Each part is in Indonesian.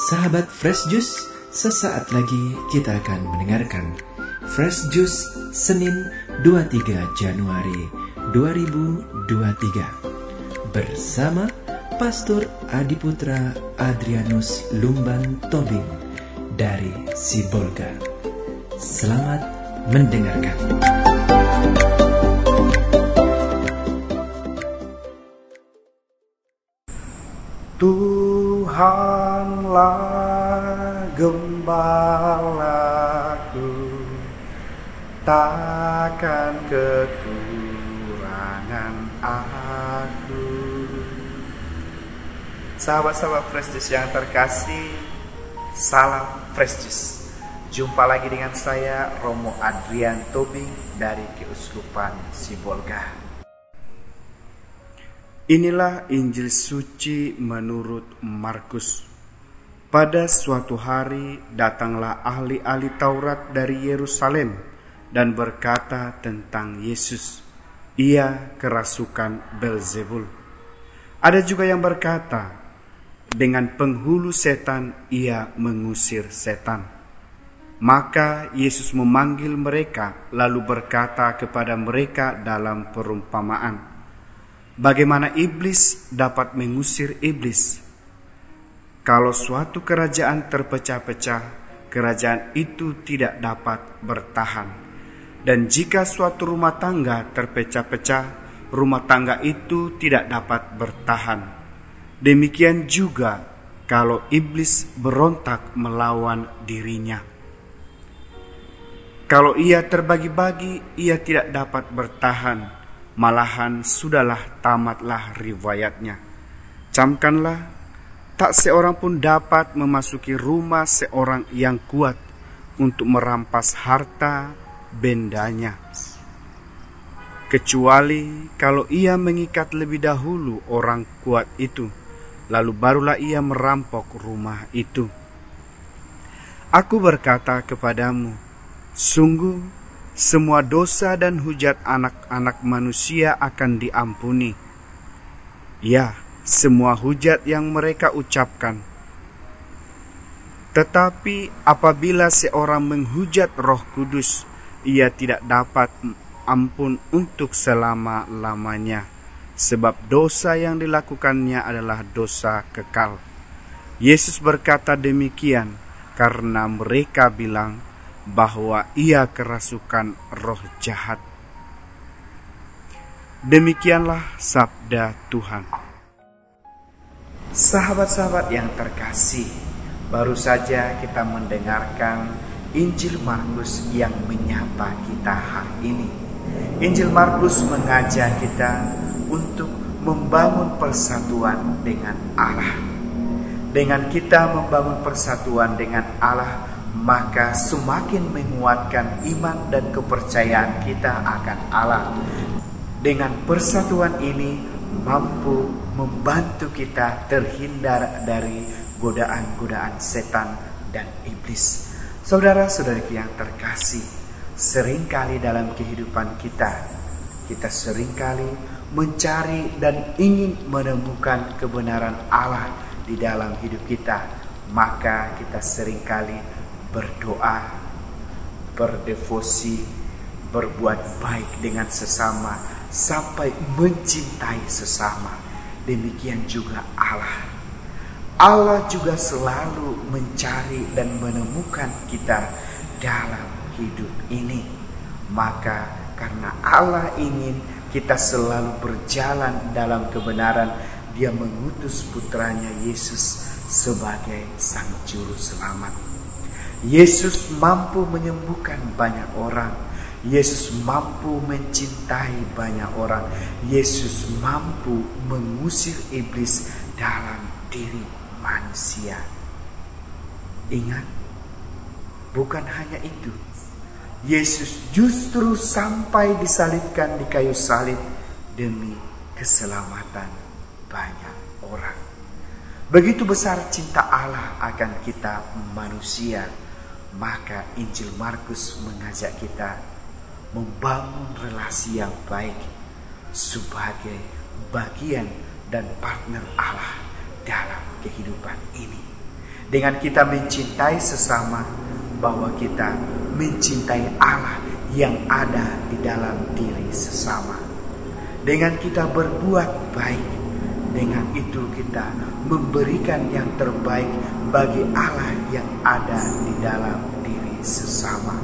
Sahabat Fresh Juice, sesaat lagi kita akan mendengarkan Fresh Juice Senin 23 Januari 2023 bersama Pastor Adiputra Adrianus Lumban Tobing dari Sibolga. Selamat mendengarkan. Tuhanlah gembalaku, takkan kekurangan aku. Sahabat-sahabat Fresh Juice yang terkasih, salam Fresh Juice. Jumpa lagi dengan saya Romo Adrian Tobing dari Keuskupan Sibolga. Inilah Injil suci menurut Markus. Pada suatu hari datanglah ahli-ahli Taurat dari Yerusalem dan berkata tentang Yesus, ia kerasukan Beelzebul. Ada juga yang berkata, dengan penghulu setan ia mengusir setan. Maka Yesus memanggil mereka lalu berkata kepada mereka dalam perumpamaan, bagaimana iblis dapat mengusir iblis? Kalau suatu kerajaan terpecah-pecah, kerajaan itu tidak dapat bertahan. Dan jika suatu rumah tangga terpecah-pecah, rumah tangga itu tidak dapat bertahan. Demikian juga kalau iblis berontak melawan dirinya. Kalau ia terbagi-bagi, ia tidak dapat bertahan. Malahan sudahlah tamatlah riwayatnya. Camkanlah, tak seorang pun dapat memasuki rumah seorang yang kuat untuk merampas harta bendanya, kecuali kalau ia mengikat lebih dahulu orang kuat itu, lalu barulah ia merampok rumah itu. Aku berkata kepadamu, sungguh semua dosa dan hujat anak-anak manusia akan diampuni. Ya, semua hujat yang mereka ucapkan. Tetapi apabila seorang menghujat Roh Kudus, ia tidak dapat ampun untuk selama-lamanya, sebab dosa yang dilakukannya adalah dosa kekal. Yesus berkata demikian karena mereka bilang bahwa ia kerasukan roh jahat. Demikianlah sabda Tuhan. Sahabat-sahabat yang terkasih, baru saja kita mendengarkan Injil Markus yang menyapa kita hari ini. Injil Markus mengajak kita untuk membangun persatuan dengan Allah. Dengan kita membangun persatuan dengan Allah, maka semakin menguatkan iman dan kepercayaan kita akan Allah. Dengan persatuan ini mampu membantu kita terhindar dari godaan-godaan setan dan iblis. Saudara-saudari yang terkasih, seringkali dalam kehidupan kita seringkali mencari dan ingin menemukan kebenaran Allah di dalam hidup kita. Maka kita seringkali berdoa, berdevosi, berbuat baik dengan sesama, sampai mencintai sesama. Demikian juga Allah. Allah juga selalu mencari dan menemukan kita dalam hidup ini. Maka karena Allah ingin kita selalu berjalan dalam kebenaran, Dia mengutus putranya Yesus sebagai Sang Juru Selamat. Yesus mampu menyembuhkan banyak orang. Yesus mampu mencintai banyak orang. Yesus mampu mengusir iblis dalam diri manusia. Ingat, bukan hanya itu. Yesus justru sampai disalibkan di kayu salib demi keselamatan banyak orang. Begitu besar cinta Allah akan kita manusia. Maka Injil Markus mengajak kita membangun relasi yang baik sebagai bagian dan partner Allah dalam kehidupan ini. Dengan kita mencintai sesama, bahwa kita mencintai Allah yang ada di dalam diri sesama. Dengan kita berbuat baik, dengan itu kita memberikan yang terbaik bagi Allah yang ada di dalam diri sesama.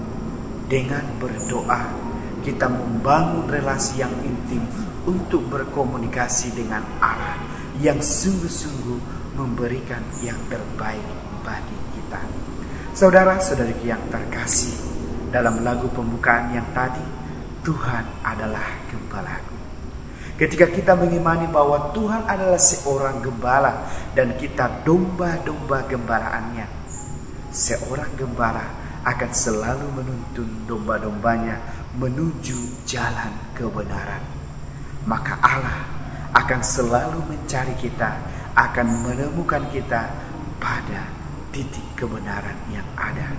Dengan berdoa, kita membangun relasi yang intim untuk berkomunikasi dengan Allah yang sungguh-sungguh memberikan yang terbaik bagi kita. Saudara-saudari yang terkasih, dalam lagu pembukaan yang tadi, Tuhan adalah gembalaku. Ketika kita mengimani bahwa Tuhan adalah seorang gembala dan kita domba-domba gembalaannya, seorang gembala akan selalu menuntun domba-dombanya menuju jalan kebenaran. Maka Allah akan selalu mencari kita, akan menemukan kita pada titik kebenaran yang ada.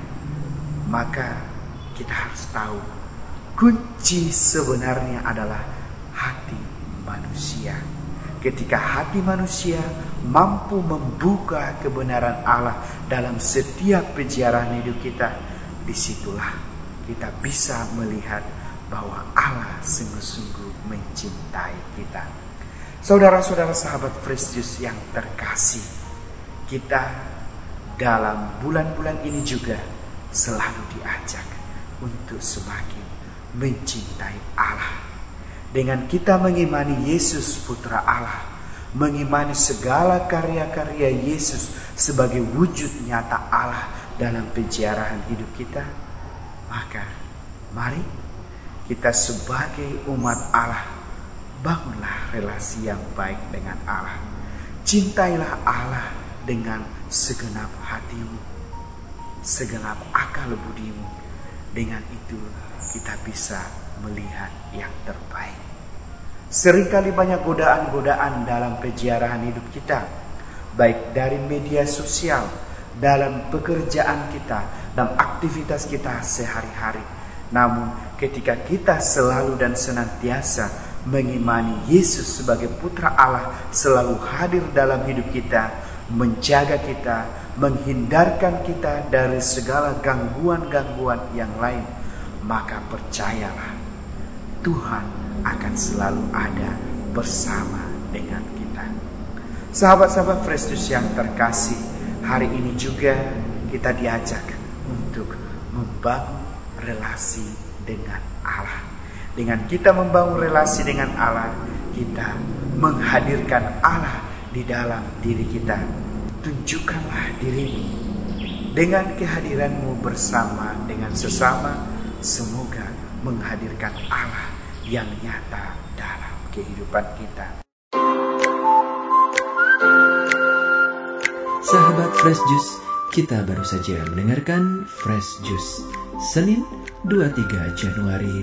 Maka kita harus tahu, kunci sebenarnya adalah hati manusia. Ketika hati manusia mampu membuka kebenaran Allah dalam setiap peziarahan hidup kita, disitulah kita bisa melihat bahwa Allah sungguh-sungguh mencintai kita. Saudara-saudara sahabat Fresh Juice yang terkasih, kita dalam bulan-bulan ini juga selalu diajak untuk semakin mencintai Allah. Dengan kita mengimani Yesus Putra Allah, mengimani segala karya-karya Yesus sebagai wujud nyata Allah dalam peziarahan hidup kita, maka mari kita sebagai umat Allah, bangunlah relasi yang baik dengan Allah. Cintailah Allah dengan segenap hatimu, segenap akal budimu. Dengan itu kita bisa melihat yang terbaik. Seringkali banyak godaan-godaan dalam peziarahan hidup kita, baik dari media sosial, dalam pekerjaan kita, dalam aktivitas kita sehari-hari. Namun ketika kita selalu dan senantiasa mengimani Yesus sebagai Putra Allah selalu hadir dalam hidup kita, menjaga kita, menghindarkan kita dari segala gangguan-gangguan yang lain, maka percayalah, Tuhan akan selalu ada bersama dengan kita. Sahabat-sahabat Fresh Juice yang terkasih, hari ini juga kita diajak untuk membangun relasi dengan Allah. Dengan kita membangun relasi dengan Allah, kita menghadirkan Allah di dalam diri kita. Tunjukkanlah dirimu dengan kehadiranmu bersama dengan sesama, semoga menghadirkan Allah yang nyata dalam kehidupan kita. Sahabat Fresh Juice, kita baru saja mendengarkan Fresh Juice Senin 23 Januari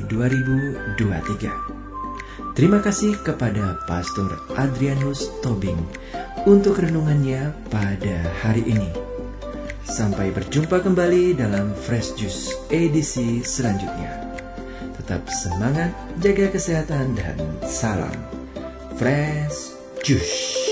2023. Terima kasih kepada Pastor Adrianus Tobing untuk renungannya pada hari ini. Sampai berjumpa kembali dalam Fresh Juice edisi selanjutnya. Tetap semangat, jaga kesehatan, dan salam Fresh Juice.